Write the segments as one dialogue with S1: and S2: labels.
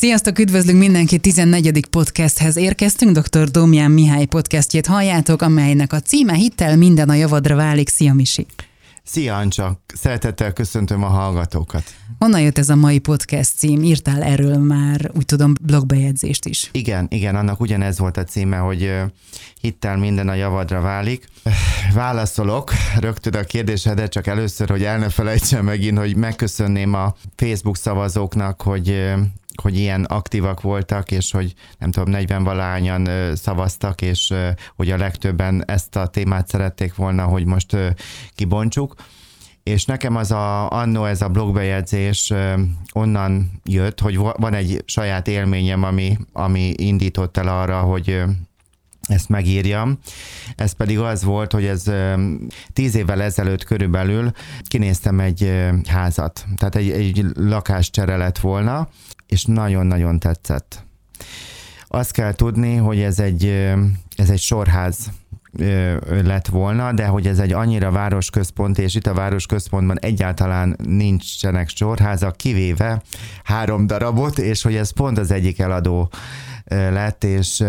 S1: Sziasztok, üdvözlünk mindenkit, 14. podcasthez érkeztünk, dr. Domján Mihály podcastjét halljátok, amelynek a címe Hittel minden a javadra válik. Szia, Misi!
S2: Szia, Ancsa! Szeretettel köszöntöm a hallgatókat.
S1: Honnan jött ez a mai podcast cím? Írtál erről már, úgy tudom, blogbejegyzést is.
S2: Igen, annak ugyanez volt a címe, hogy Hittel minden a javadra válik. Válaszolok rögtön a kérdésedre, csak először, hogy el ne felejtsem megint, hogy megköszönném a Facebook szavazóknak, hogy ilyen aktívak voltak, és hogy nem tudom, 40-valahányan szavaztak, és hogy a legtöbben ezt a témát szerették volna, hogy most kibontsuk. És nekem annó ez a blogbejegyzés onnan jött, hogy van egy saját élményem, ami indított el arra, hogy ezt megírjam. Ez pedig az volt, hogy ez 10 évvel ezelőtt körülbelül kinéztem egy házat. Tehát egy lakáscsere lett volna, és nagyon-nagyon tetszett. Azt kell tudni, hogy ez egy sorház lett volna, de hogy ez egy annyira városközpont, és itt a városközpontban egyáltalán nincsenek sorházak, kivéve 3 darabot, és hogy ez pont az egyik eladó lett,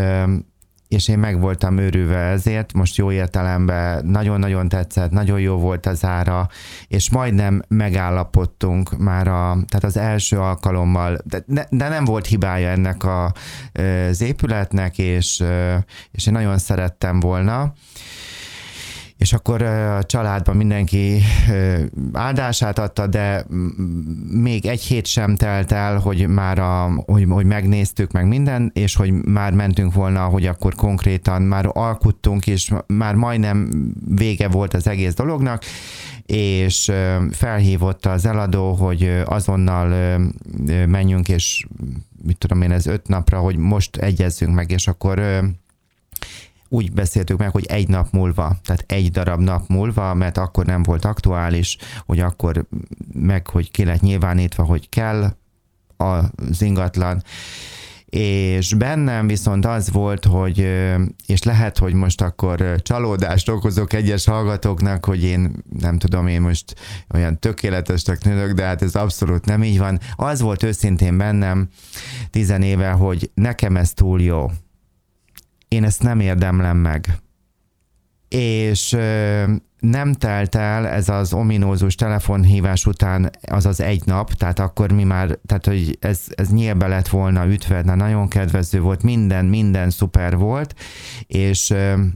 S2: és én meg voltam őrülve ezért, most jó értelemben nagyon-nagyon tetszett, nagyon jó volt az ára, és majdnem megállapodtunk már tehát az első alkalommal, de nem volt hibája ennek az épületnek, és én nagyon szerettem volna. És akkor a családban mindenki áldását adta, de még egy hét sem telt el, hogy már hogy megnéztük meg minden, és hogy már mentünk volna, hogy akkor konkrétan már alkuttunk, és már majdnem vége volt az egész dolognak, és felhívott az eladó, hogy azonnal menjünk, és mit tudom én, ez 5 napra, hogy most egyezzünk meg, és akkor úgy beszéltük meg, hogy 1 nap múlva, tehát 1 darab nap múlva, mert akkor nem volt aktuális, hogy akkor hogy ki lett nyilvánítva, hogy kell az ingatlan. És bennem viszont az volt, hogy, és lehet, hogy most akkor csalódást okozok egyes hallgatóknak, hogy én nem tudom, én most olyan tökéletesnek tűnök, de hát ez abszolút nem így van. Az volt őszintén bennem 10 éve, hogy nekem ez túl jó. Én ezt nem érdemlem meg. És nem telt el ez az ominózus telefonhívás után az 1 nap, tehát akkor mi már, tehát hogy ez nyílbe lett volna ütve, de nagyon kedvező volt, minden szuper volt, és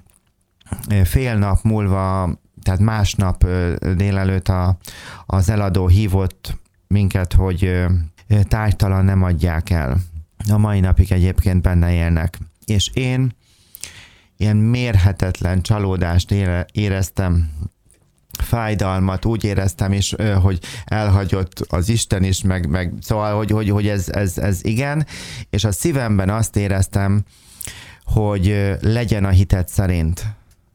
S2: fél nap múlva, tehát másnap délelőtt az eladó hívott minket, hogy tárgytalan nem adják el. A mai napig egyébként benne élnek. És én ilyen mérhetetlen csalódást éreztem, fájdalmat úgy éreztem is, hogy elhagyott az Isten is, meg szóval, hogy ez igen, és a szívemben azt éreztem, hogy legyen a hited szerint.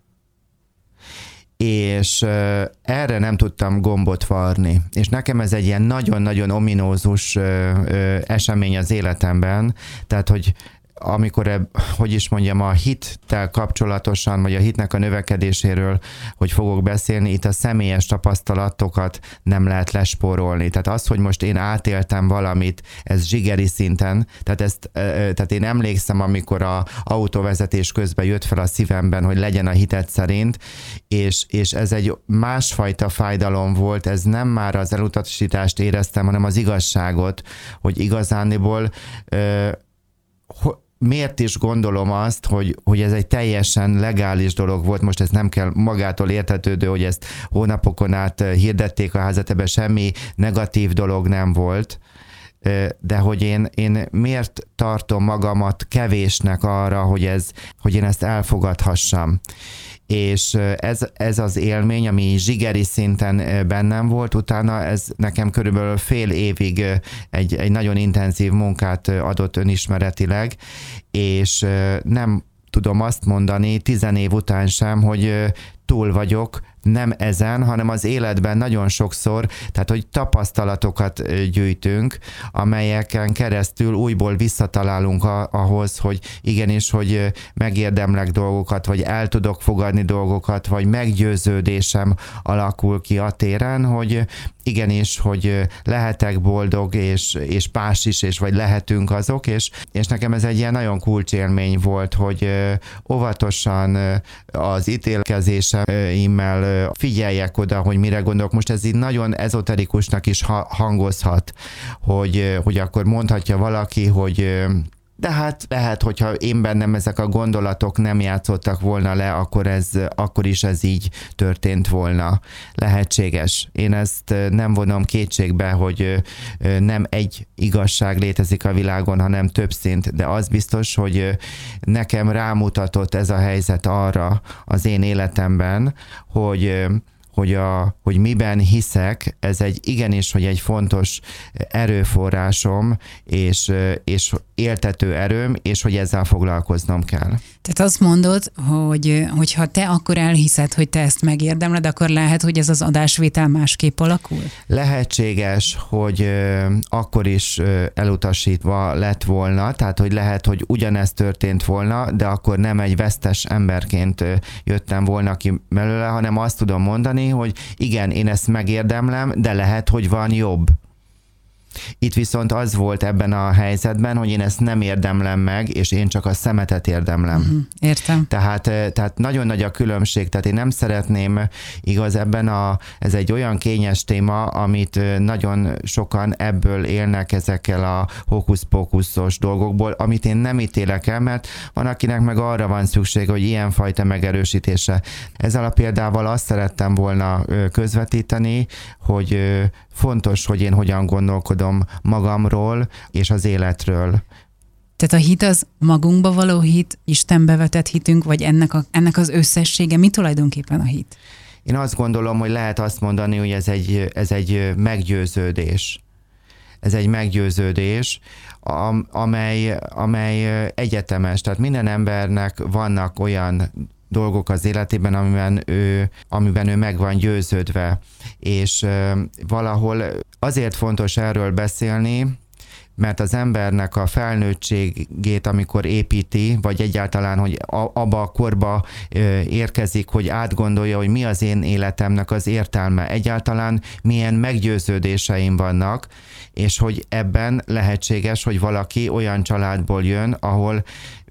S2: És erre nem tudtam gombot varni. És nekem ez egy ilyen nagyon-nagyon ominózus esemény az életemben, tehát, hogy amikor, hogy is mondjam, a hittel kapcsolatosan, vagy a hitnek a növekedéséről, hogy fogok beszélni, itt a személyes tapasztalatokat nem lehet lespórolni. Tehát az, hogy most én átéltem valamit, ez zsigeri szinten, tehát én emlékszem, amikor a autóvezetés közben jött fel a szívemben, hogy legyen a hited szerint, és ez egy másfajta fájdalom volt, ez nem már az elutasítást éreztem, hanem az igazságot, hogy igazániból miért is gondolom azt, hogy ez egy teljesen legális dolog volt, most ez nem kell magától értetődő, hogy ezt hónapokon át hirdették a házat, ebben semmi negatív dolog nem volt, de hogy én miért tartom magamat kevésnek arra, hogy én ezt elfogadhassam. És ez az élmény, ami zsigeri szinten bennem volt, utána ez nekem körülbelül fél évig egy nagyon intenzív munkát adott önismeretileg, és nem tudom azt mondani 10 év után sem, hogy túl vagyok, nem ezen, hanem az életben nagyon sokszor, tehát hogy tapasztalatokat gyűjtünk, amelyeken keresztül újból visszatalálunk ahhoz, hogy igenis, hogy megérdemlek dolgokat, vagy el tudok fogadni dolgokat, vagy meggyőződésem alakul ki a téren, hogy igenis, hogy lehetek boldog, és más is, és vagy lehetünk azok, és nekem ez egy ilyen nagyon kulcsélmény volt, hogy óvatosan az ítélkezéseimmel figyeljek oda, hogy mire gondolok. Most ez így nagyon ezoterikusnak is hangozhat, hogy akkor mondhatja valaki, hogy de hát lehet, hogyha én bennem ezek a gondolatok nem játszottak volna le, akkor is ez így történt volna. Lehetséges. Én ezt nem vonom kétségbe, hogy nem egy igazság létezik a világon, hanem több szint, de az biztos, hogy nekem rámutatott ez a helyzet arra az én életemben, hogy miben hiszek, ez igenis, hogy egy fontos erőforrásom, és éltető erőm, és hogy ezzel foglalkoznom kell.
S1: Tehát azt mondod, hogy ha te akkor elhiszed, hogy te ezt megérdemled, akkor lehet, hogy ez az adásvétel másképp alakul?
S2: Lehetséges, hogy akkor is elutasítva lett volna, tehát hogy lehet, hogy ugyanezt történt volna, de akkor nem egy vesztes emberként jöttem volna ki belőle, hanem azt tudom mondani, hogy igen, én ezt megérdemlem, de lehet, hogy van jobb. Itt viszont az volt ebben a helyzetben, hogy én ezt nem érdemlem meg, és én csak a szemetet érdemlem.
S1: Értem.
S2: Tehát nagyon nagy a különbség, tehát én nem szeretném igaz ez egy olyan kényes téma, amit nagyon sokan ebből élnek ezekkel a hókusz-pókuszos dolgokból, amit én nem ítélek el, mert van akinek meg arra van szükség, hogy ilyenfajta megerősítése. Ezzel a példával azt szerettem volna közvetíteni, hogy fontos, hogy én hogyan gondolkodom magamról és az életről.
S1: Tehát a hit az magunkba való hit, Istenbe vetett hitünk, vagy ennek az összessége? Mi tulajdonképpen a hit?
S2: Én azt gondolom, hogy lehet azt mondani, hogy ez egy meggyőződés. Ez egy meggyőződés, amely egyetemes. Tehát minden embernek vannak olyan dolgok az életében, amiben ő meg van győződve. És valahol azért fontos erről beszélni, mert az embernek a felnőttségét, amikor építi, vagy egyáltalán, hogy abba a korba érkezik, hogy átgondolja, hogy mi az én életemnek az értelme, egyáltalán milyen meggyőződéseim vannak, és hogy ebben lehetséges, hogy valaki olyan családból jön, ahol,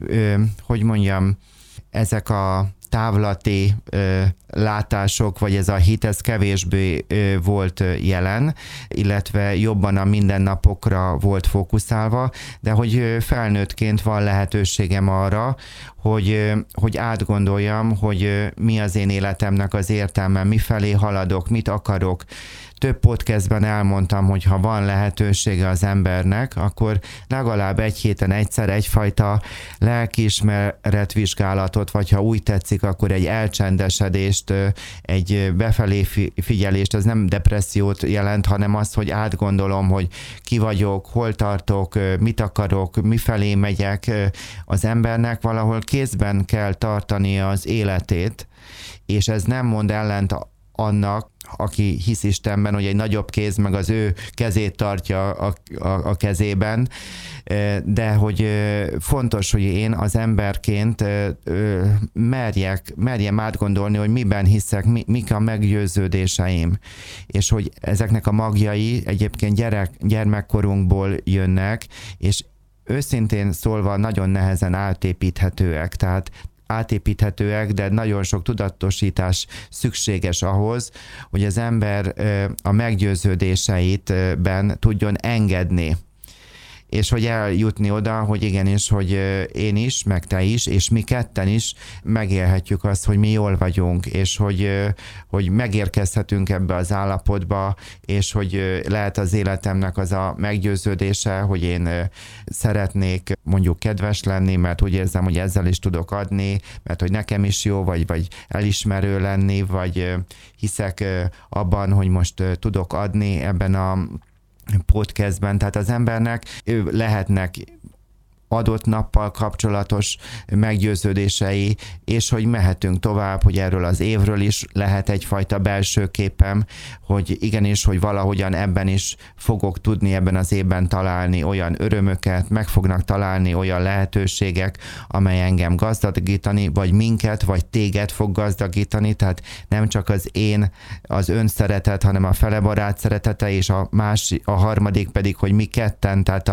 S2: ezek a távlati látások, vagy ez a hit, ez kevésbé volt jelen, illetve jobban a mindennapokra volt fókuszálva, de hogy felnőttként van lehetőségem arra, hogy átgondoljam, hogy mi az én életemnek az értelme, mifelé haladok, mit akarok. Több podcastben elmondtam, hogy ha van lehetősége az embernek, akkor legalább egy héten egyszer egyfajta lelkiismeretvizsgálatot, vagy ha úgy tetszik, akkor egy elcsendesedést, egy befelé figyelést, ez nem depressziót jelent, hanem az, hogy átgondolom, hogy ki vagyok, hol tartok, mit akarok, mifelé megyek. Az embernek valahol kézben kell tartania az életét, és ez nem mond ellent annak, aki hisz Istenben, hogy egy nagyobb kéz meg az ő kezét tartja a kezében, de hogy fontos, hogy én az emberként merjem átgondolni, hogy miben hiszek, mik a meggyőződéseim, és hogy ezeknek a magjai egyébként gyermekkorunkból jönnek, és őszintén szólva nagyon nehezen átépíthetőek, de nagyon sok tudatosítás szükséges ahhoz, hogy az ember a meggyőződéseitben tudjon engedni. És hogy eljutni oda, hogy igenis, hogy én is, meg te is, és mi ketten is megélhetjük azt, hogy mi jól vagyunk, és hogy megérkezhetünk ebbe az állapotba, és hogy lehet az életemnek az a meggyőződése, hogy én szeretnék mondjuk kedves lenni, mert úgy érzem, hogy ezzel is tudok adni, mert hogy nekem is jó, vagy elismerő lenni, vagy hiszek abban, hogy most tudok adni ebben a podcastben, tehát az embernek lehetnek adott nappal kapcsolatos meggyőződései, és hogy mehetünk tovább, hogy erről az évről is lehet egyfajta belső képem, hogy igenis, hogy valahogyan ebben is fogok tudni ebben az évben találni olyan örömöket, meg fognak találni olyan lehetőségek, amely engem gazdagítani, vagy minket, vagy téged fog gazdagítani, tehát nem csak az önszeretet, hanem a felebarát szeretete, és a harmadik pedig, hogy mi ketten, tehát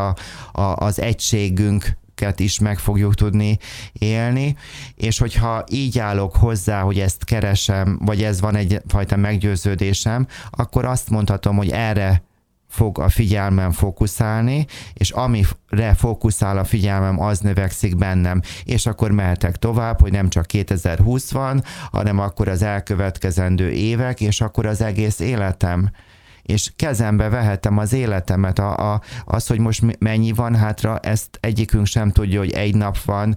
S2: az egységünket is meg fogjuk tudni élni, és hogyha így állok hozzá, hogy ezt keresem, vagy ez van egyfajta meggyőződésem, akkor azt mondhatom, hogy erre fog a figyelmem fókuszálni, és amire fókuszál a figyelmem, az növekszik bennem, és akkor mehetek tovább, hogy nem csak 2020 van, hanem akkor az elkövetkezendő évek, és akkor az egész életem. És kezembe vehetem az életemet. Az, hogy most mennyi van hátra, ezt egyikünk sem tudja, hogy egy nap van,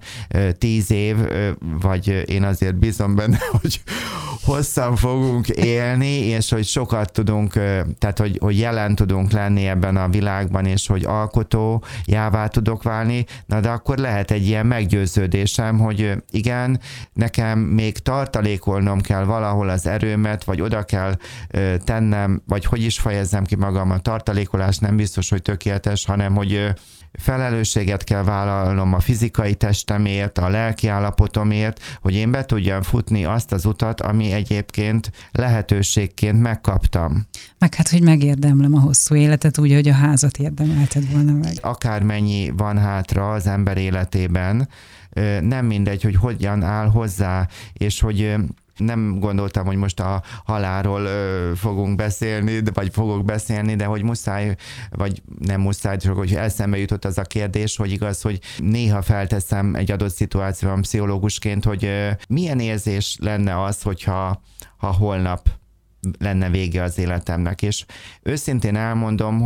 S2: 10 év, vagy én azért bízom benne, hogy hosszan fogunk élni, és hogy sokat tudunk, tehát hogy jelen tudunk lenni ebben a világban, és hogy alkotójává tudok válni, na de akkor lehet egy ilyen meggyőződésem, hogy igen, nekem még tartalékolnom kell valahol az erőmet, vagy oda kell tennem, vagy hogy is fejezzem ki magam, a tartalékolás nem biztos, hogy tökéletes, hanem hogy felelősséget kell vállalnom a fizikai testemért, a lelki állapotomért, hogy én be tudjam futni azt az utat, ami egyébként lehetőségként megkaptam.
S1: Meg hát, hogy megérdemlem a hosszú életet úgy, hogy a házat érdemelted volna meg.
S2: Akármennyi van hátra az ember életében, nem mindegy, hogy hogyan áll hozzá, és hogy nem gondoltam, hogy most a halálról fogunk beszélni, vagy fogok beszélni, de hogy muszáj, vagy nem muszáj, csak hogy eszembe jutott az a kérdés, hogy igaz, hogy néha felteszem egy adott szituációban pszichológusként, hogy milyen érzés lenne az, hogyha holnap lenne vége az életemnek. És őszintén elmondom,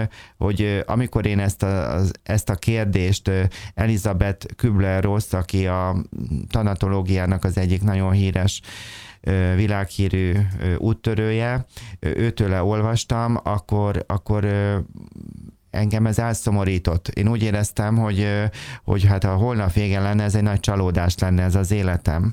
S2: hogy amikor én ezt a kérdést Elizabeth Kübler-Ross, aki a tanatológiának az egyik nagyon híres világhírű úttörője, őtőle olvastam, akkor engem ez elszomorított. Én úgy éreztem, hogy hát ha holnap vége lenne, ez egy nagy csalódás lenne ez az életem.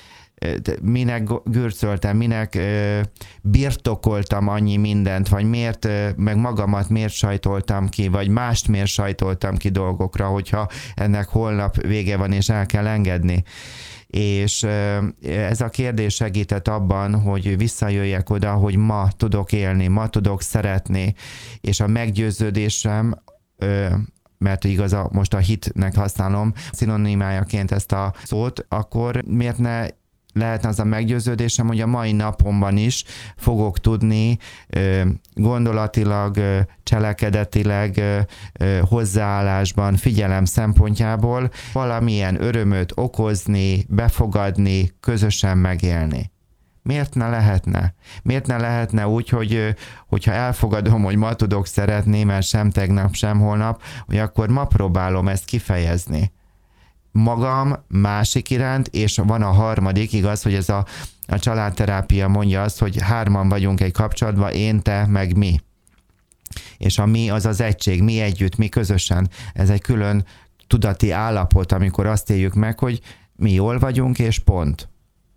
S2: Minek gürcöltem, minek birtokoltam annyi mindent, vagy miért, meg magamat miért sajtoltam ki, vagy mást miért sajtoltam ki dolgokra, hogyha ennek holnap vége van, és el kell engedni. És ez a kérdés segített abban, hogy visszajöjjek oda, hogy ma tudok élni, ma tudok szeretni, és a meggyőződésem, mert igaz, most a hitnek használom szinonimájaként ezt a szót, akkor miért ne lehetne az a meggyőződésem, hogy a mai napomban is fogok tudni gondolatilag, cselekedetileg, hozzáállásban, figyelem szempontjából valamilyen örömöt okozni, befogadni, közösen megélni. Miért ne lehetne? Miért ne lehetne úgy, hogyha elfogadom, hogy ma tudok szeretni, mert sem tegnap, sem holnap, hogy akkor ma próbálom ezt kifejezni. Magam másik iránt, és van a harmadik, igaz, hogy ez a családterápia mondja azt, hogy 3 vagyunk egy kapcsolatban, én, te, meg mi. És a mi az az egység, mi együtt, mi közösen. Ez egy külön tudati állapot, amikor azt éljük meg, hogy mi jól vagyunk, és pont.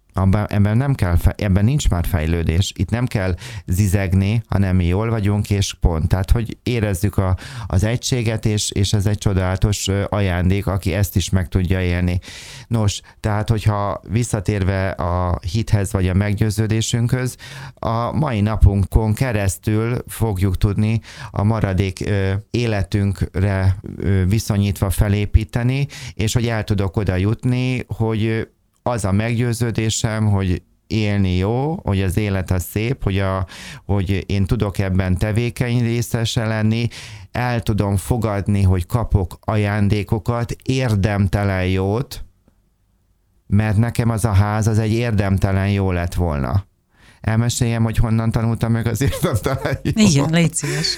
S2: Ebben nincs már fejlődés. Itt nem kell zizegni, hanem mi jól vagyunk, és pont. Tehát, hogy érezzük az egységet, és ez egy csodálatos ajándék, aki ezt is meg tudja élni. Nos, tehát, hogyha visszatérve a hithez, vagy a meggyőződésünkhöz, a mai napunkon keresztül fogjuk tudni a maradék életünkre viszonyítva felépíteni, és hogy el tudok oda jutni, hogy az a meggyőződésem, hogy élni jó, hogy az élet az szép, hogy én tudok ebben tevékeny részese lenni, el tudom fogadni, hogy kapok ajándékokat, érdemtelen jót, mert nekem az a ház az egy érdemtelen jó lett volna. Elmeséljem, hogy honnan tanultam meg az érdemtelen jót?
S1: Igen, légy szíves.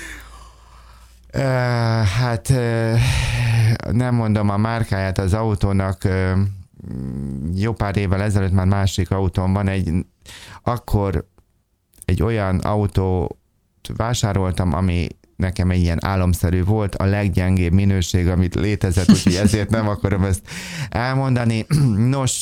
S2: Hát nem mondom a márkáját az autónak, jó pár évvel ezelőtt már másik autón van, akkor egy olyan autót vásároltam, ami nekem egy ilyen álomszerű volt, a leggyengébb minőség, amit létezett, úgyhogy ezért nem akarom ezt elmondani. Nos,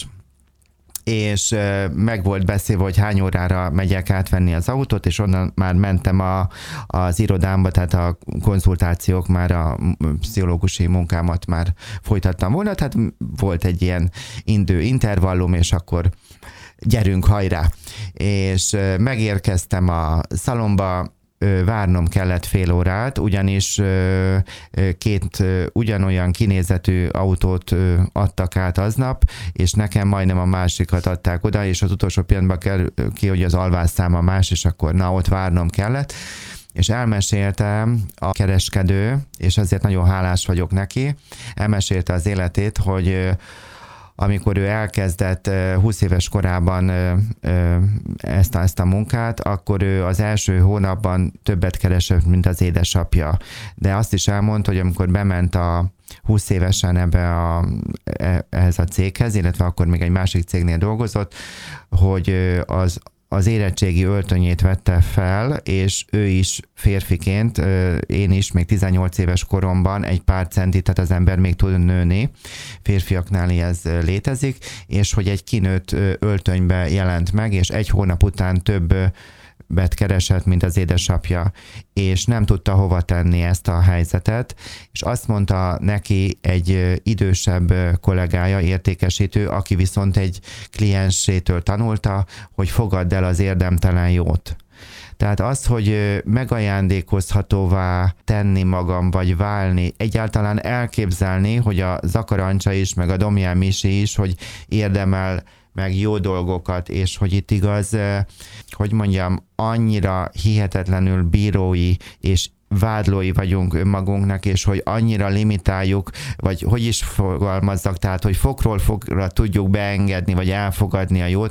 S2: és meg volt beszélve, hogy hány órára megyek átvenni az autót, és onnan már mentem az irodámba, tehát a konzultációk, már a pszichológusi munkámat már folytattam volna, tehát volt egy ilyen intervallum, és akkor gyerünk, hajrá! És megérkeztem a szalomba, várnom kellett fél órát, ugyanis két ugyanolyan kinézetű autót adtak át aznap, és nekem majdnem a másikat adták oda, és az utolsó pillanatban kell ki, hogy az alvásszám más, és akkor ott várnom kellett. És elmesélte a kereskedő, és ezért nagyon hálás vagyok neki, elmesélte az életét, hogy amikor ő elkezdett 20 éves korában ezt a munkát, akkor ő az első hónapban többet keresett, mint az édesapja. De azt is elmondta, hogy amikor bement a 20 évesen ehhez a céghez, illetve akkor még egy másik cégnél dolgozott, hogy az érettségi öltönyét vette fel, és ő is férfiként, én is még 18 éves koromban egy pár centit, tehát az ember még tud nőni, férfiaknál ez létezik, és hogy egy kinőtt öltönybe jelent meg, és egy hónap után többet keresett, mint az édesapja, és nem tudta hova tenni ezt a helyzetet, és azt mondta neki egy idősebb kollégája, értékesítő, aki viszont egy kliensétől tanulta, hogy fogadd el az érdemtelen jót. Tehát az, hogy megajándékozhatóvá tenni magam, vagy válni, egyáltalán elképzelni, hogy a Zakarancsa is, meg a Domján Misi is, hogy érdemel meg jó dolgokat, és hogy itt igaz, hogy mondjam, annyira hihetetlenül bírói és vádlói vagyunk önmagunknak, és hogy annyira limitáljuk, vagy hogy is fogalmazzak, tehát, hogy fokról fokra tudjuk beengedni, vagy elfogadni a jót,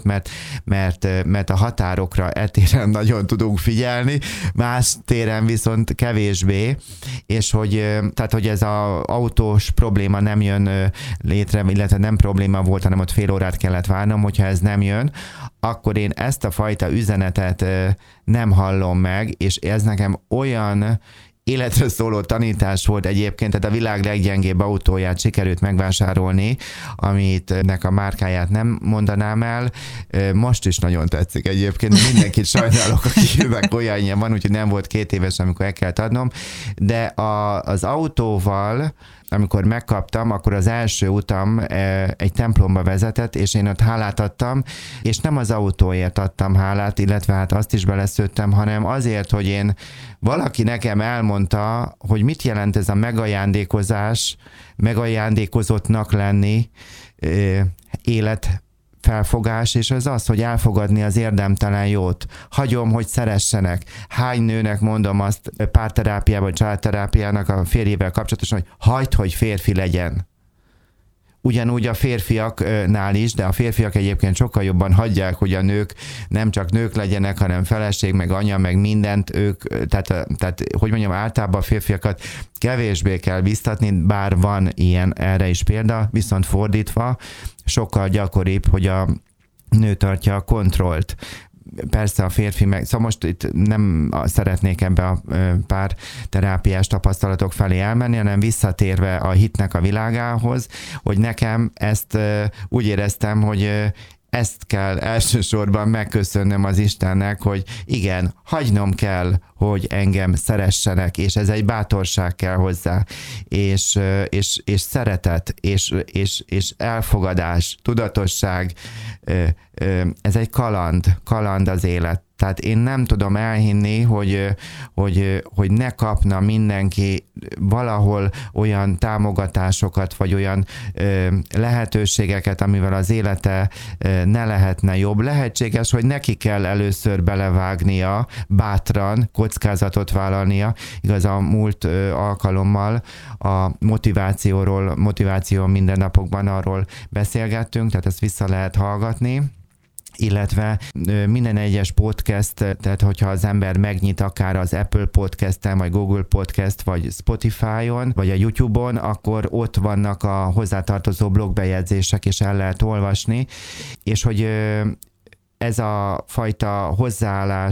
S2: mert a határokra etéren nagyon tudunk figyelni, más téren viszont kevésbé, és hogy ez az autós probléma nem jön létre, illetve nem probléma volt, hanem ott fél órát kellett várnom, hogyha ez nem jön, akkor én ezt a fajta üzenetet nem hallom meg, és ez nekem olyan életre szóló tanítás volt egyébként, tehát a világ leggyengébb autóját sikerült megvásárolni, amitnek a márkáját nem mondanám el. Most is nagyon tetszik egyébként, mindenkit sajnálok, akinek olyanja van, úgyhogy nem volt 2 éves, amikor el kellett adnom, de az autóval, amikor megkaptam, akkor az első utam egy templomba vezetett, és én ott hálát adtam, és nem az autóért adtam hálát, illetve hát azt is beleszőttem, hanem azért, hogy valaki nekem elmondta, hogy mit jelent ez a megajándékozás, megajándékozottnak lenni, életfelfogás, és az, hogy elfogadni az érdemtelen jót. Hagyom, hogy szeressenek. Hány nőnek mondom azt párterápiában, családterápiának a férjével kapcsolatosan, hogy hagyd, hogy férfi legyen. Ugyanúgy a férfiaknál is, de a férfiak egyébként sokkal jobban hagyják, hogy a nők nem csak nők legyenek, hanem feleség, meg anya, meg mindent ők, tehát hogy mondjam, általában a férfiakat kevésbé kell biztatni, bár van ilyen erre is példa, viszont fordítva sokkal gyakoribb, hogy a nő tartja a kontrollt. Persze a férfi szóval most itt nem szeretnék ebbe a pár terápiás tapasztalatok felé elmenni, hanem visszatérve a hitnek a világához, hogy nekem ezt úgy éreztem, hogy ezt kell elsősorban megköszönnöm az Istennek, hogy igen, hagynom kell, hogy engem szeressenek, és ez egy bátorság kell hozzá, és szeretet, és elfogadás, tudatosság, ez egy kaland az élet. Tehát én nem tudom elhinni, hogy ne kapna mindenki valahol olyan támogatásokat, vagy olyan lehetőségeket, amivel az élete ne lehetne jobb. Lehetséges, hogy neki kell először belevágnia, bátran, kockázatot vállalnia. Igaz, a múlt alkalommal a motiváció mindennapokban arról beszélgettünk, tehát ezt vissza lehet hallgatni. Illetve minden egyes podcast, tehát hogyha az ember megnyit akár az Apple Podcast-en, vagy Google Podcast, vagy Spotify-on, vagy a YouTube-on, akkor ott vannak a hozzátartozó blogbejegyzések, és el lehet olvasni, és hogy ez a fajta hozzáállás,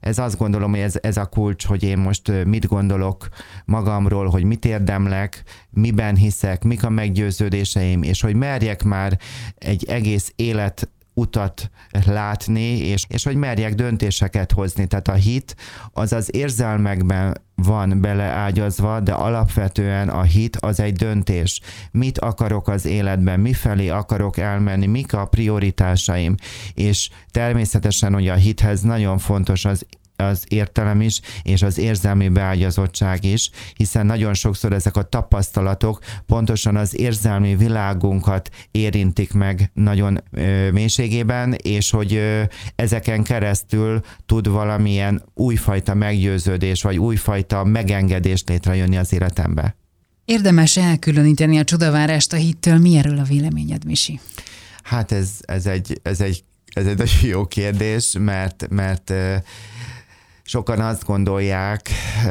S2: ez azt gondolom, hogy ez a kulcs, hogy én most mit gondolok magamról, hogy mit érdemlek, miben hiszek, mik a meggyőződéseim, és hogy merjek már egy egész élet utat látni, és hogy merjek döntéseket hozni. Tehát a hit az érzelmekben van beleágyazva, de alapvetően a hit az egy döntés. Mit akarok az életben, mifelé akarok elmenni, mik a prioritásaim, és természetesen, hogy a hithez nagyon fontos az értelem is, és az érzelmi beágyazottság is, hiszen nagyon sokszor ezek a tapasztalatok pontosan az érzelmi világunkat érintik meg nagyon mélységében, és hogy ezeken keresztül tud valamilyen újfajta meggyőződés, vagy újfajta megengedés létrejönni az életembe.
S1: Érdemes elkülöníteni a csodavárást a hittől. Mi erről a véleményed, Misi?
S2: Hát ez egy nagyon jó kérdés, mert sokan azt gondolják,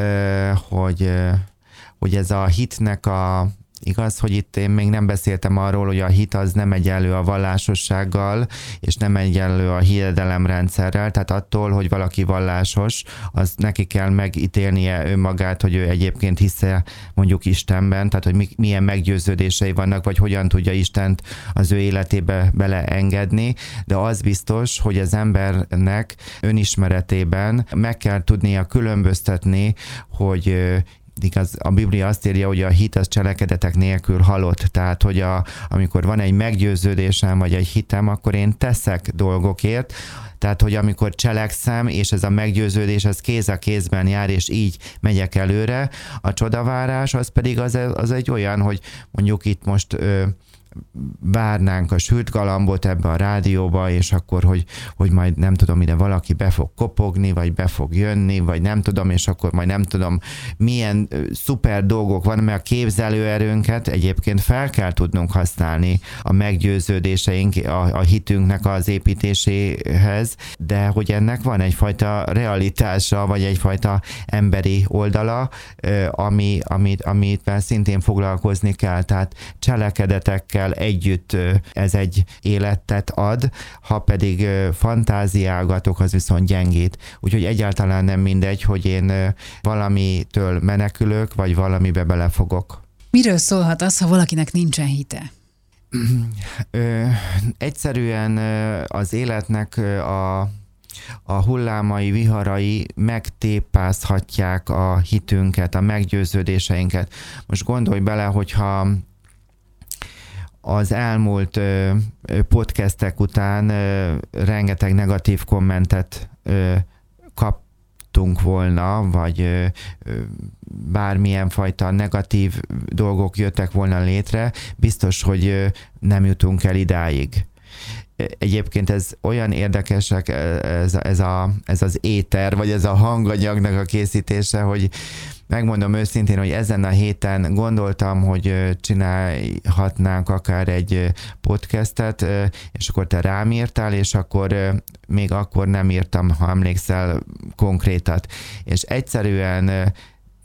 S2: hogy ez a hitnek igaz, hogy itt én még nem beszéltem arról, hogy a hit az nem egyenlő a vallásossággal, és nem egyenlő a hiedelemrendszerrel, tehát attól, hogy valaki vallásos, az neki kell megítélnie önmagát, hogy ő egyébként hisze mondjuk Istenben, tehát hogy milyen meggyőződései vannak, vagy hogyan tudja Istent az ő életébe beleengedni, de az biztos, hogy az embernek önismeretében meg kell tudnia különböztetni, hogy igaz, a Biblia azt írja, hogy a hit az cselekedetek nélkül halott, tehát hogy amikor van egy meggyőződésem, vagy egy hitem, akkor én teszek dolgokért, tehát hogy amikor cselekszem, és ez a meggyőződés az kéz a kézben jár, és így megyek előre, a csodavárás az pedig az egy olyan, hogy mondjuk itt most várnánk a sült galambot ebbe a rádióba, és akkor, hogy majd nem tudom, ide valaki be fog kopogni, vagy be fog jönni, vagy nem tudom, és akkor majd nem tudom, milyen szuper dolgok van, mert a képzelőerőnket egyébként fel kell tudnunk használni a meggyőződéseink, a hitünknek az építéséhez, de hogy ennek van egyfajta realitása, vagy egyfajta emberi oldala, amit szintén foglalkozni kell, tehát cselekedetekkel együtt ez egy életet ad, ha pedig fantáziálgatok, az viszont gyengít. Úgyhogy egyáltalán nem mindegy, hogy én valamitől menekülök, vagy valamibe belefogok.
S1: Miről szólhat az, ha valakinek nincsen hite?
S2: Egyszerűen az életnek a hullámai, viharai megtépázhatják a hitünket, a meggyőződéseinket. Most gondolj bele, hogyha az elmúlt podcastek után rengeteg negatív kommentet kaptunk volna, vagy bármilyen fajta negatív dolgok jöttek volna létre, biztos, hogy nem jutunk el idáig. Egyébként ez olyan érdekesek, ez az éter, vagy ez a hanganyagnak a készítése, hogy megmondom őszintén, hogy ezen a héten gondoltam, hogy csinálhatnánk akár egy podcastet, és akkor te rám írtál, és akkor még akkor nem írtam, ha emlékszel, konkrétat. És egyszerűen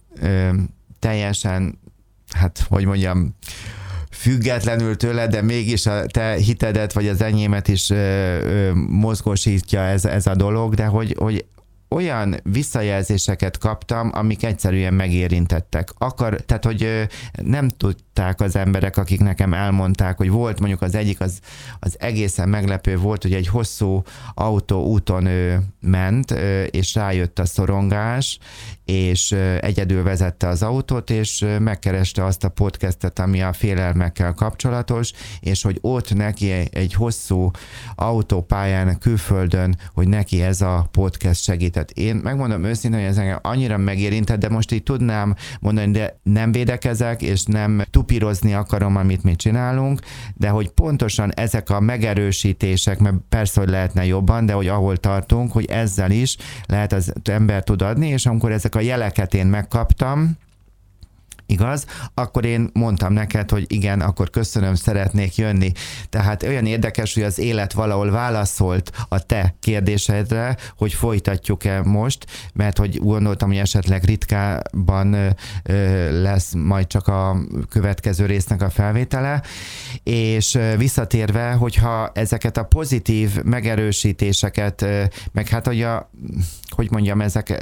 S2: teljesen, hát hogy mondjam, függetlenül tőle, de mégis a te hitedet, vagy az enyémet is mozgósítja ez a dolog, de hogy olyan visszajelzéseket kaptam, amik egyszerűen megérintettek. Tehát, hogy nem tudták az emberek, akik nekem elmondták, hogy volt mondjuk az egyik, az egészen meglepő volt, hogy egy hosszú autóúton ment, és rájött a szorongás, és egyedül vezette az autót, és megkereste azt a podcastet, ami a félelmekkel kapcsolatos, és hogy ott neki egy hosszú autópályán külföldön, hogy neki ez a podcast segített. Én megmondom őszintén, hogy ez engem annyira megérintett, de most így tudnám mondani, de nem védekezek, és nem tupírozni akarom, amit mi csinálunk, de hogy pontosan ezek a megerősítések, mert persze, hogy lehetne jobban, de hogy ahol tartunk, hogy ezzel is lehet az ember tud adni, és amikor ezek a jeleket én megkaptam, igaz? Akkor én mondtam neked, hogy igen, akkor köszönöm, szeretnék jönni. Tehát olyan érdekes, hogy az élet valahol válaszolt a te kérdésedre, hogy folytatjuk-e most, mert hogy gondoltam, hogy esetleg ritkában lesz majd csak a következő résznek a felvétele, és visszatérve, hogyha ezeket a pozitív megerősítéseket, meg hát hogy mondjam, ezek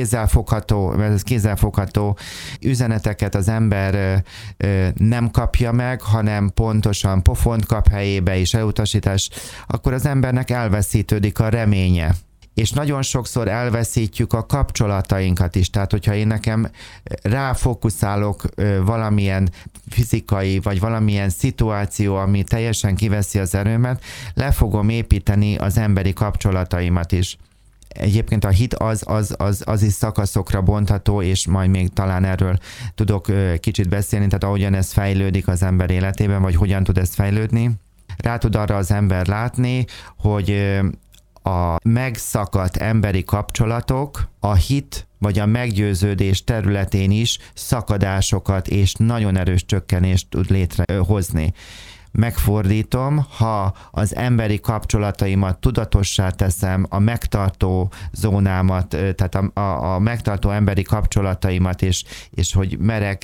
S2: kézzelfogható üzeneteket az ember nem kapja meg, hanem pontosan pofont kap helyébe és elutasítás, akkor az embernek elveszítődik a reménye. És nagyon sokszor elveszítjük a kapcsolatainkat is. Tehát, hogyha én nekem ráfókuszálok valamilyen fizikai, vagy valamilyen szituáció, ami teljesen kiveszi az erőmet, le fogom építeni az emberi kapcsolataimat is. Egyébként a hit az is szakaszokra bontható, és majd még talán erről tudok kicsit beszélni, tehát ahogyan ez fejlődik az ember életében, vagy hogyan tud ez fejlődni. Rá tud arra az ember látni, hogy a megszakadt emberi kapcsolatok a hit vagy a meggyőződés területén is szakadásokat és nagyon erős csökkenést tud létrehozni. Megfordítom, ha az emberi kapcsolataimat tudatossá teszem, a megtartó zónámat, tehát a megtartó emberi kapcsolataimat, és hogy merek,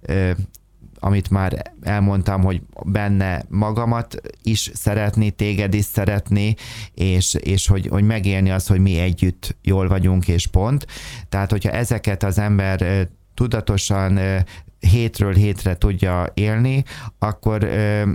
S2: amit már elmondtam, hogy benne magamat is szeretni, téged is szeretni, és hogy megélni azt, hogy mi együtt jól vagyunk, és pont. Tehát, hogyha ezeket az ember tudatosan hétről hétre tudja élni, akkor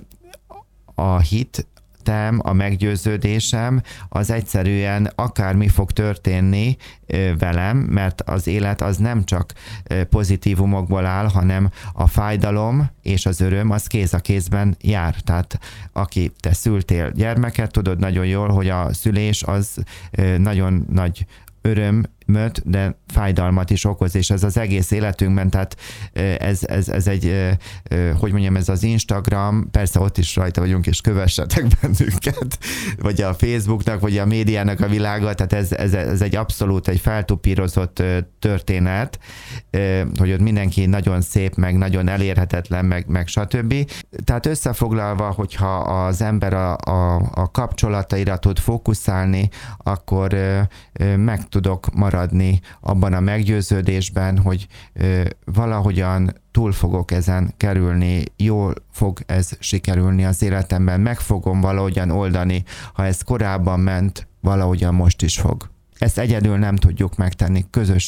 S2: a hitem, a meggyőződésem az egyszerűen akármi fog történni velem, mert az élet az nem csak pozitívumokból áll, hanem a fájdalom és az öröm az kéz a kézben jár. Tehát aki te szültél gyermeket, tudod nagyon jól, hogy a szülés az nagyon nagy örömöt, de fájdalmat is okoz, és ez az egész életünkben, tehát ez egy, hogy mondjam, ez az Instagram, persze ott is rajta vagyunk, és kövessetek bennünket, vagy a Facebooknak, vagy a médiának a világa, tehát ez egy abszolút egy feltupírozott történet, hogy ott mindenki nagyon szép, meg nagyon elérhetetlen, meg stb. Tehát összefoglalva, hogyha az ember a kapcsolataira tud fókuszálni, akkor meg tudok maradni abban a meggyőződésben, hogy valahogyan túl fogok ezen kerülni, jól fog ez sikerülni az életemben, meg fogom valahogyan oldani, ha ez korábban ment, valahogyan most is fog. Ezt egyedül nem tudjuk megtenni,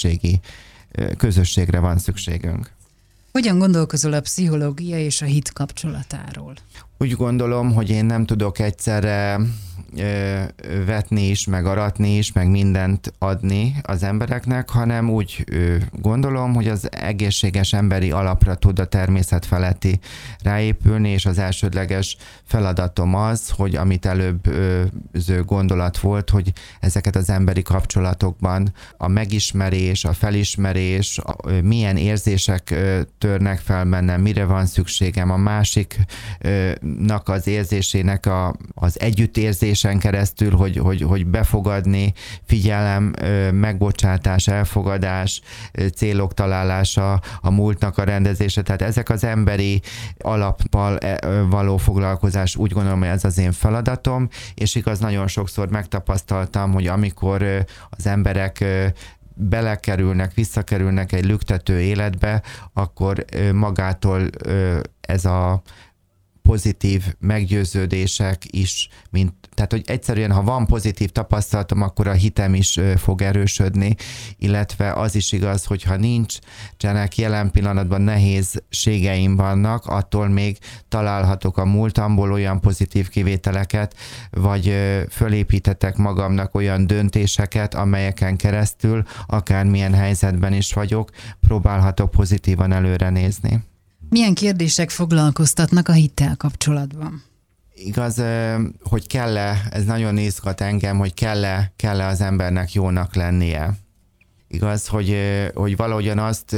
S2: közösségre van szükségünk.
S1: Hogyan gondolkozol a pszichológia és a hit kapcsolatáról?
S2: Úgy gondolom, hogy én nem tudok egyszerre vetni is, meg aratni is, meg mindent adni az embereknek, hanem úgy gondolom, hogy az egészséges emberi alapra tud a természet feletti ráépülni, és az elsődleges feladatom az, hogy amit előbbző gondolat volt, hogy ezeket az emberi kapcsolatokban a megismerés, a felismerés, milyen érzések törnek fel bennem, mire van szükségem, a másiknak az érzésének az együttérzésen keresztül, hogy befogadni, figyelem, megbocsátás, elfogadás, célok találása, a múltnak a rendezése, tehát ezek az emberi alappal való foglalkozás, úgy gondolom, hogy ez az én feladatom, és igaz, nagyon sokszor megtapasztaltam, hogy amikor az emberek belekerülnek, visszakerülnek egy lüktető életbe, akkor magától ez a pozitív meggyőződések is, tehát hogy egyszerűen, ha van pozitív tapasztalatom, akkor a hitem is fog erősödni, illetve az is igaz, hogy ha nincsenek jelen pillanatban nehézségeim vannak, attól még találhatok a múltamból olyan pozitív kivételeket, vagy fölépítetek magamnak olyan döntéseket, amelyeken keresztül, akármilyen helyzetben is vagyok, próbálhatok pozitívan előre nézni.
S1: Milyen kérdések foglalkoztatnak a hittel kapcsolatban?
S2: Igaz, hogy kell-e, ez nagyon izgat engem, hogy kell-e az embernek jónak lennie. Igaz, hogy valahogyan azt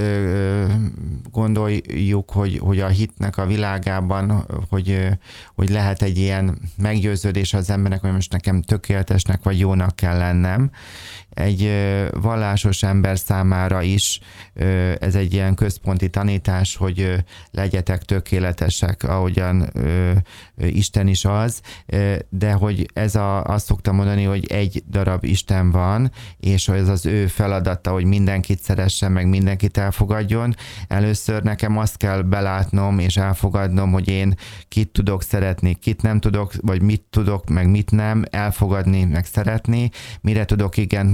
S2: gondoljuk, hogy a hitnek a világában, hogy lehet egy ilyen meggyőződés az embernek, hogy most nekem tökéletesnek vagy jónak kell lennem. Egy vallásos ember számára is ez egy ilyen központi tanítás, hogy legyetek tökéletesek, ahogyan Isten is az, de hogy azt szoktam mondani, hogy egy darab Isten van, és ez az ő feladata, hogy mindenkit szeressen, meg mindenkit elfogadjon. Először nekem azt kell belátnom és elfogadnom, hogy én kit tudok szeretni, kit nem tudok, vagy mit tudok, meg mit nem, elfogadni, meg szeretni, mire tudok igent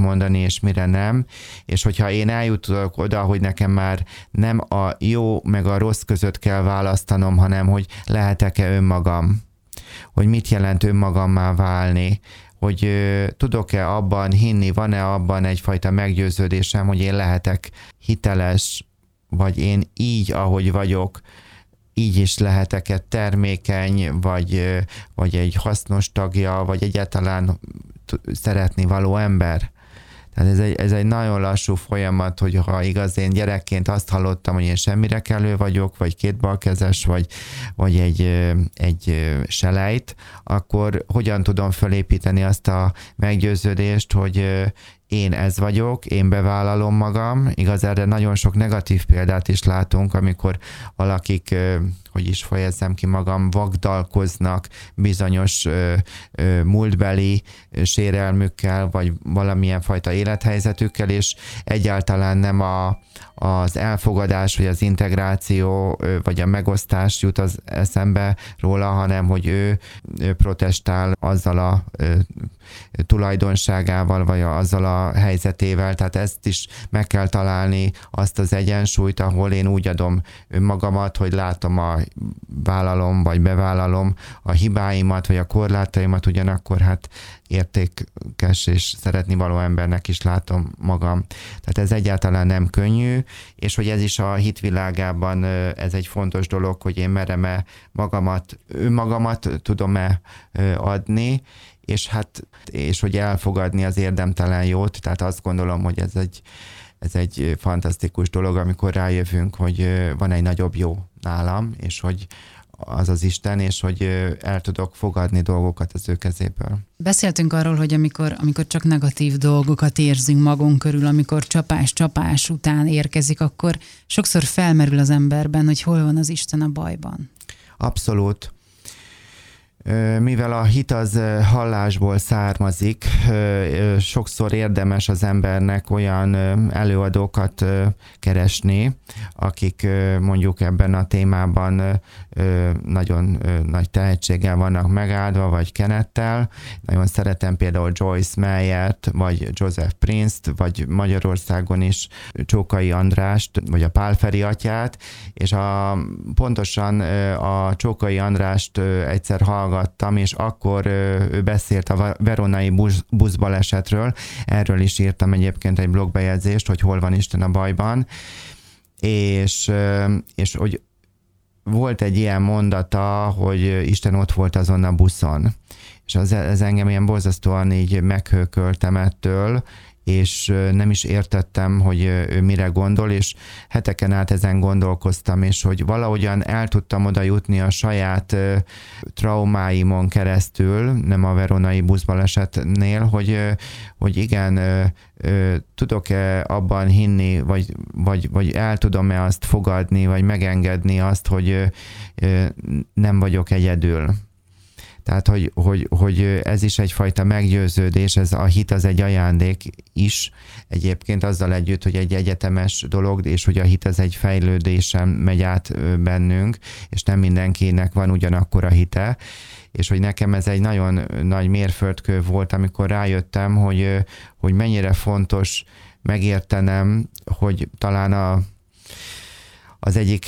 S2: mondani, és mire nem, és hogyha én eljutok oda, hogy nekem már nem a jó meg a rossz között kell választanom, hanem hogy lehetek-e önmagam, hogy mit jelent önmagammá válni, hogy tudok-e abban hinni, van-e abban egyfajta meggyőződésem, hogy én lehetek hiteles, vagy én így, ahogy vagyok, így is lehetek-e termékeny, vagy egy hasznos tagja, vagy egyáltalán szeretni való ember. Tehát ez egy nagyon lassú folyamat, hogy ha igaz, én gyerekként azt hallottam, hogy én semmire kellő vagyok, vagy kétbalkezes, vagy egy selejt, akkor hogyan tudom felépíteni azt a meggyőződést, hogy én ez vagyok, én bevállalom magam. Igaz, erre nagyon sok negatív példát is látunk, amikor valakik, hogy is fejezzem ki magam, vagdalkoznak bizonyos múltbeli sérelmükkel, vagy valamilyen fajta élethelyzetükkel, és egyáltalán nem az elfogadás, vagy az integráció, vagy a megosztás jut az eszembe róla, hanem hogy ő protestál azzal a tulajdonságával, vagy azzal a helyzetével, tehát ezt is meg kell találni, azt az egyensúlyt, ahol én úgy adom magamat, hogy látom vállalom, vagy bevállalom a hibáimat, vagy a korlátaimat, ugyanakkor hát értékes és szeretni való embernek is látom magam. Tehát ez egyáltalán nem könnyű, és hogy ez is a hitvilágában ez egy fontos dolog, hogy én merem-e önmagamat tudom-e adni, és hogy elfogadni az érdemtelen jót, tehát azt gondolom, hogy ez egy fantasztikus dolog, amikor rájövünk, hogy van egy nagyobb jó nálam, és hogy az az Isten, és hogy el tudok fogadni dolgokat az ő kezéből.
S1: Beszéltünk arról, hogy amikor csak negatív dolgokat érzünk magunk körül, amikor csapás után érkezik, akkor sokszor felmerül az emberben, hogy hol van az Isten a bajban.
S2: Abszolút. Mivel a hit az hallásból származik, sokszor érdemes az embernek olyan előadókat keresni, akik mondjuk ebben a témában nagyon nagy tehetséggel vannak megáldva, vagy kenettel. Nagyon szeretem például Joyce Meyert, vagy Joseph Prince-t, vagy Magyarországon is Csókai Andrást, vagy a Pál Feri atyát, és pontosan a Csókai Andrást egyszer hallgattam, és akkor ő beszélt a veronai buszbalesetről. Erről is írtam egyébként egy blogbejegyzést, hogy hol van Isten a bajban, és hogy volt egy ilyen mondata, hogy Isten ott volt azon a buszon. És ez engem ilyen borzasztóan így meghőköltem ettől, és nem is értettem, hogy ő mire gondol, és heteken át ezen gondolkoztam, és hogy valahogyan el tudtam oda jutni a saját traumáimon keresztül, nem a veronai buszbalesetnél, hogy igen, tudok-e abban hinni, vagy el tudom-e azt fogadni, vagy megengedni azt, hogy nem vagyok egyedül. Tehát, hogy ez is egyfajta meggyőződés, ez a hit az egy ajándék is, egyébként azzal együtt, hogy egy egyetemes dolog, és hogy a hit az egy fejlődésen megy át bennünk, és nem mindenkinek van ugyanakkor a hite, és hogy nekem ez egy nagyon nagy mérföldkő volt, amikor rájöttem, hogy mennyire fontos megértenem, hogy talán az egyik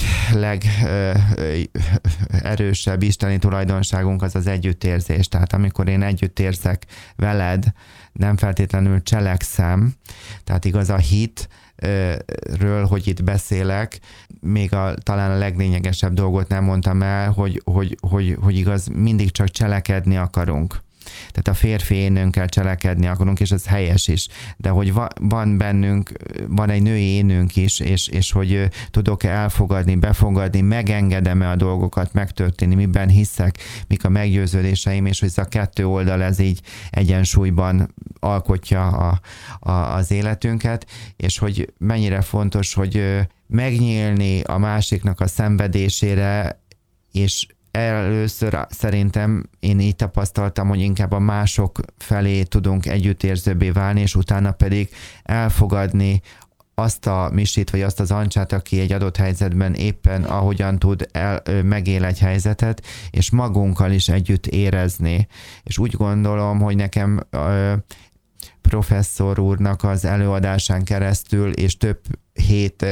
S2: legerősebb isteni tulajdonságunk az együttérzés. Tehát amikor én együtt érzek veled, nem feltétlenül cselekszem, tehát igaz a hitről, hogy itt beszélek, még talán a leglényegesebb dolgot nem mondtam el, hogy igaz, mindig csak cselekedni akarunk. Tehát a férfi énünkkel cselekedni akarunk, és ez helyes is. De hogy van bennünk, van egy női énünk is, és hogy tudok-e elfogadni, befogadni, megengedem-e a dolgokat megtörténni, miben hiszek, mik a meggyőződéseim, és hogy ez a kettő oldal ez így egyensúlyban alkotja az életünket, és hogy mennyire fontos, hogy megnyílni a másiknak a szenvedésére, és először szerintem én így tapasztaltam, hogy inkább a mások felé tudunk együttérzőbbé válni, és utána pedig elfogadni azt a Misit, vagy azt az Ancsát, aki egy adott helyzetben éppen ahogyan tud megél egy helyzetet, és magunkkal is együtt érezni. És úgy gondolom, hogy nekem professzor úrnak az előadásán keresztül, és több hét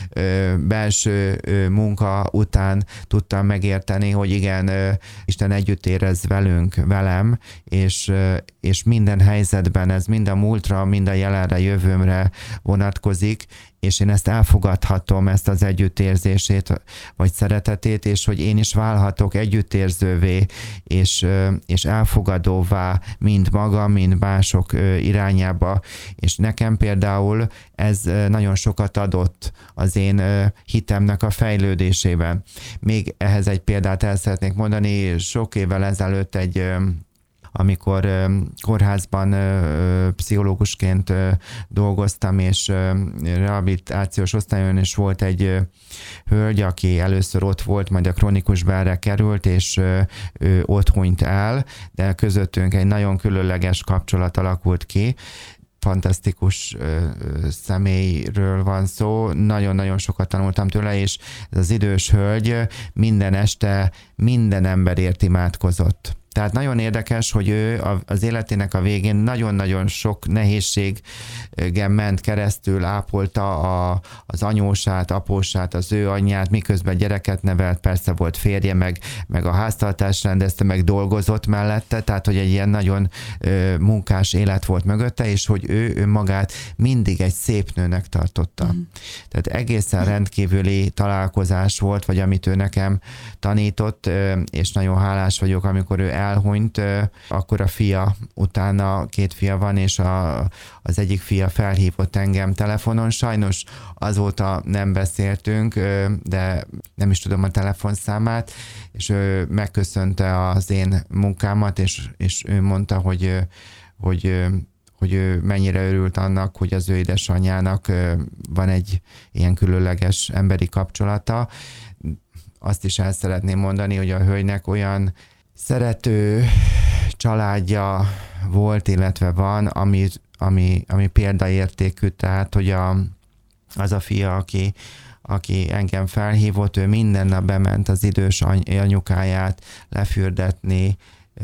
S2: belső munka után tudtam megérteni, hogy igen, Isten együtt érez velem, és minden helyzetben ez mind a múltra, mind a jelenre, jövőmre vonatkozik, és én ezt elfogadhatom, ezt az együttérzését, vagy szeretetét, és hogy én is válhatok együttérzővé, és elfogadóvá, mind maga, mind mások irányába, és nekem például ez nagyon sokat adott az én hitemnek a fejlődésében. Még ehhez egy példát el szeretnék mondani, sok évvel ezelőtt amikor kórházban pszichológusként dolgoztam, és rehabilitációs osztályon is volt egy hölgy, aki először ott volt, majd a krónikusba került, és ő ott hunyt el, de közöttünk egy nagyon különleges kapcsolat alakult ki. Fantasztikus személyről van szó, nagyon-nagyon sokat tanultam tőle, és ez az idős hölgy minden este minden emberért imádkozott. Tehát nagyon érdekes, hogy ő az életének a végén nagyon-nagyon sok nehézségen ment keresztül, ápolta az anyósát, apósát, az ő anyját, miközben gyereket nevelt, persze volt férje, meg a háztartást rendezte, meg dolgozott mellette, tehát hogy egy ilyen nagyon munkás élet volt mögötte, és hogy ő önmagát mindig egy szép nőnek tartotta. Tehát egészen rendkívüli találkozás volt, vagy amit ő nekem tanított, és nagyon hálás vagyok, amikor ő elhunyt, akkor a fia, utána 2 fia van, és az egyik fia felhívott engem telefonon. Sajnos azóta nem beszéltünk, de nem is tudom a telefonszámát, és ő megköszönte az én munkámat, és ő mondta, hogy ő mennyire örült annak, hogy az ő édesanyjának van egy ilyen különleges emberi kapcsolata. Azt is el szeretném mondani, hogy a hölgynek olyan szerető családja volt, illetve van, ami példaértékű, tehát hogy az a fia, aki engem felhívott, ő minden nap bement az idős anyukáját lefürdetni,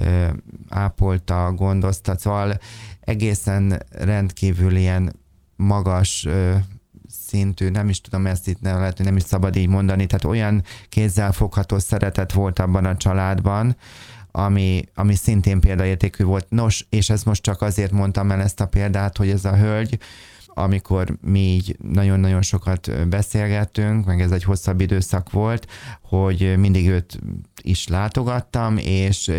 S2: ápolta, gondozta, szóval egészen rendkívül ilyen magas szintű, nem is tudom ezt itt lehet, nem is szabad így mondani, tehát olyan kézzelfogható szeretet volt abban a családban, ami szintén példaértékű volt. Nos, és ezt most csak azért mondtam el ezt a példát, hogy ez a hölgy, amikor mi így nagyon-nagyon sokat beszélgettünk, meg ez egy hosszabb időszak volt, hogy mindig őt is látogattam, és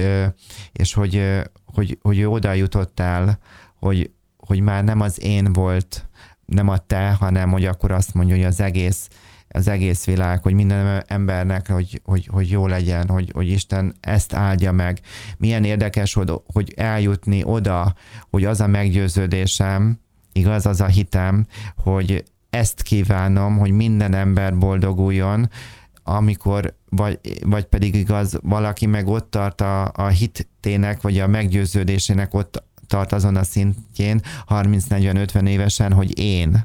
S2: hogy ő oda jutott el, hogy már nem az én volt, nem a te, hanem hogy akkor azt mondja, hogy az egész világ, hogy minden embernek, hogy jó legyen, hogy Isten ezt áldja meg. Milyen érdekes, hogy eljutni oda, hogy az a meggyőződésem, igaz, az a hitem, hogy ezt kívánom, hogy minden ember boldoguljon, amikor, vagy pedig igaz, valaki meg ott tart a hitének, vagy a meggyőződésének ott tart azon a szintjén 30-40-50 évesen, hogy én,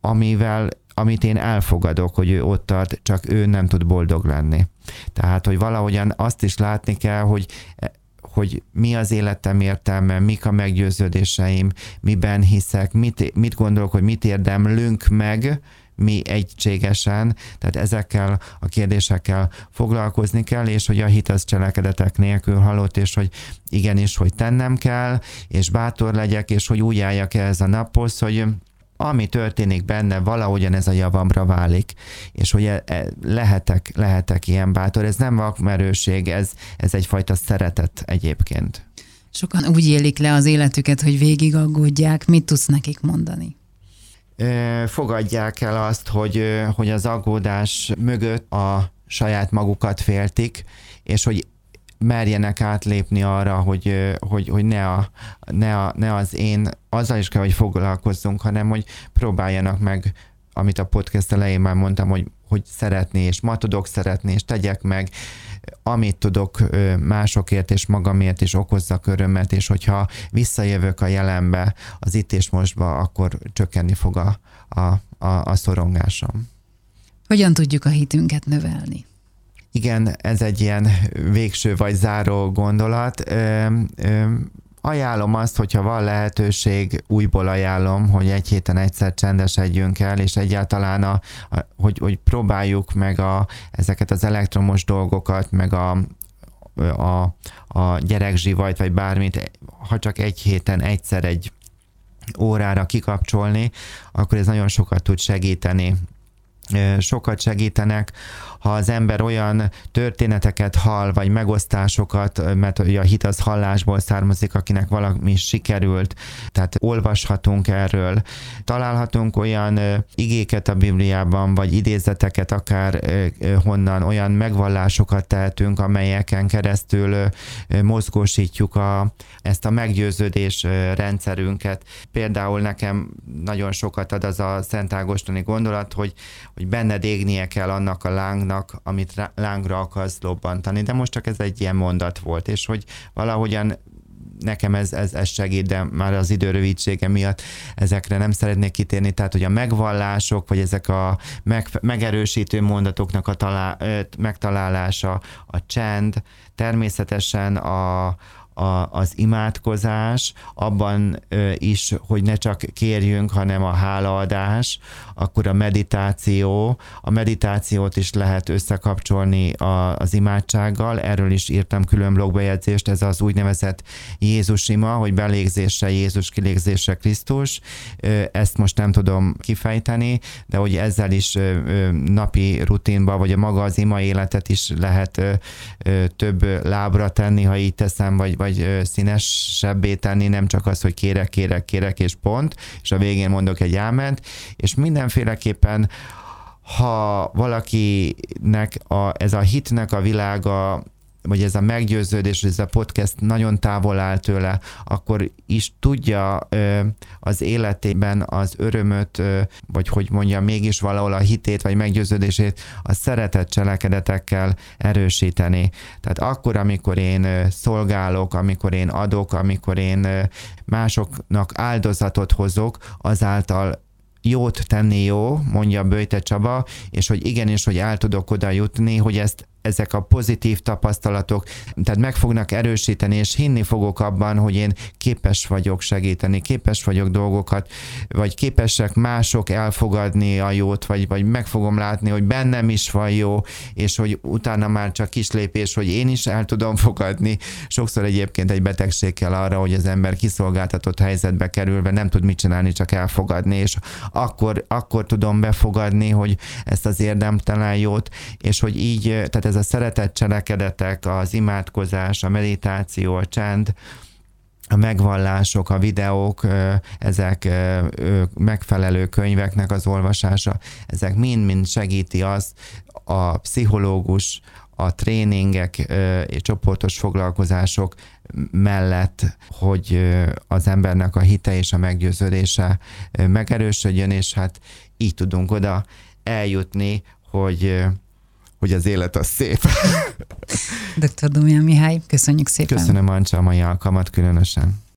S2: amit én elfogadok, hogy ő ott tart, csak ő nem tud boldog lenni. Tehát, hogy valahogyan azt is látni kell, hogy mi az életem értelme, mik a meggyőződéseim, miben hiszek, mit gondolok, hogy mit érdemlünk meg, mi egységesen, tehát ezekkel a kérdésekkel foglalkozni kell, és hogy a hit az cselekedetek nélkül halott, és hogy igenis, hogy tennem kell, és bátor legyek, és hogy úgy álljak ehhez a naphoz, hogy ami történik benne, valahogyan ez a javamra válik, és hogy lehetek ilyen bátor. Ez nem vakmerőség, ez egyfajta szeretet egyébként.
S1: Sokan úgy élik le az életüket, hogy végig aggódják. Mit tudsz nekik mondani?
S2: Fogadják el azt, hogy az aggódás mögött a saját magukat féltik, és hogy merjenek átlépni arra, hogy ne az én, azzal is kell, hogy foglalkozzunk, hanem hogy próbáljanak meg, amit a podcast elején már mondtam, hogy szeretni, és ma tudok szeretni, és tegyek meg, amit tudok másokért és magamért is okozzak örömet, és hogyha visszajövök a jelenbe, az itt és mostba, akkor csökkenni fog a szorongásom.
S1: Hogyan tudjuk a hitünket növelni?
S2: Igen, ez egy ilyen végső vagy záró gondolat. ajánlom azt, hogyha van lehetőség, újból ajánlom, hogy egy héten egyszer csendesedjünk el, és egyáltalán hogy próbáljuk meg ezeket az elektromos dolgokat, meg a gyerekzsivajt, vagy bármit, ha csak egy héten egyszer egy órára kikapcsolni, akkor ez nagyon sokat tud segíteni. Sokat segítenek, ha az ember olyan történeteket hall, vagy megosztásokat, mert a hit az hallásból származik, akinek valami sikerült, tehát olvashatunk erről. Találhatunk olyan igéket a Bibliában, vagy idézeteket akár honnan, olyan megvallásokat tehetünk, amelyeken keresztül mozgósítjuk ezt a meggyőződés rendszerünket. Például nekem nagyon sokat ad az a Szent Ágostoni gondolat, hogy benned égnie kell annak a lángnak, amit lángra akarsz lobbantani. De most csak ez egy ilyen mondat volt, és hogy valahogyan nekem ez segít, de már az idő rövidsége miatt ezekre nem szeretnék kitérni, tehát hogy a megvallások, vagy ezek a megerősítő mondatoknak a megtalálása, a csend, természetesen az imádkozás, abban is, hogy ne csak kérjünk, hanem a hálaadás, akkor a meditációt is lehet összekapcsolni az imádsággal, erről is írtam külön blogbejegyzést, ez az úgynevezett Jézus ima, hogy belégzésre Jézus, kilégzésre Krisztus, ezt most nem tudom kifejteni, de hogy ezzel is napi rutinba, vagy a maga az ima életet is lehet több lábra tenni, ha így teszem, vagy színesebbé tenni, nem csak az, hogy kérek, és pont, és a végén mondok egy áment, és mindenféleképpen, ha valakinek ez a hitnek a világa, vagy ez a meggyőződés, ez a podcast nagyon távol áll tőle, akkor is tudja az életében az örömöt, vagy hogy mondjam, mégis valahol a hitét, vagy meggyőződését a szeretett cselekedetekkel erősíteni. Tehát akkor, amikor én szolgálok, amikor én adok, amikor én másoknak áldozatot hozok, azáltal jót tenni jó, mondja Böjte Csaba, és hogy igenis, hogy el tudok oda jutni, hogy ezek a pozitív tapasztalatok, tehát meg fognak erősíteni, és hinni fogok abban, hogy én képes vagyok segíteni, képes vagyok dolgokat, vagy képesek mások elfogadni a jót, vagy meg fogom látni, hogy bennem is van jó, és hogy utána már csak kis lépés, hogy én is el tudom fogadni. Sokszor egyébként egy betegség kell arra, hogy az ember kiszolgáltatott helyzetbe kerülve nem tud mit csinálni, csak elfogadni, és akkor tudom befogadni, hogy ezt az érdemtelen jót, és hogy így, tehát ez a szeretett cselekedetek, az imádkozás, a meditáció, a csend, a megvallások, a videók, ezek megfelelő könyveknek az olvasása, ezek mind-mind segíti azt, a pszichológus, a tréningek és csoportos foglalkozások mellett, hogy az embernek a hite és a meggyőződése megerősödjön, és hát így tudunk oda eljutni, hogy az élet az szép.
S1: Dr. Domján Mihály, köszönjük szépen.
S2: Köszönöm, Ancsa, a mai alkalmat különösen.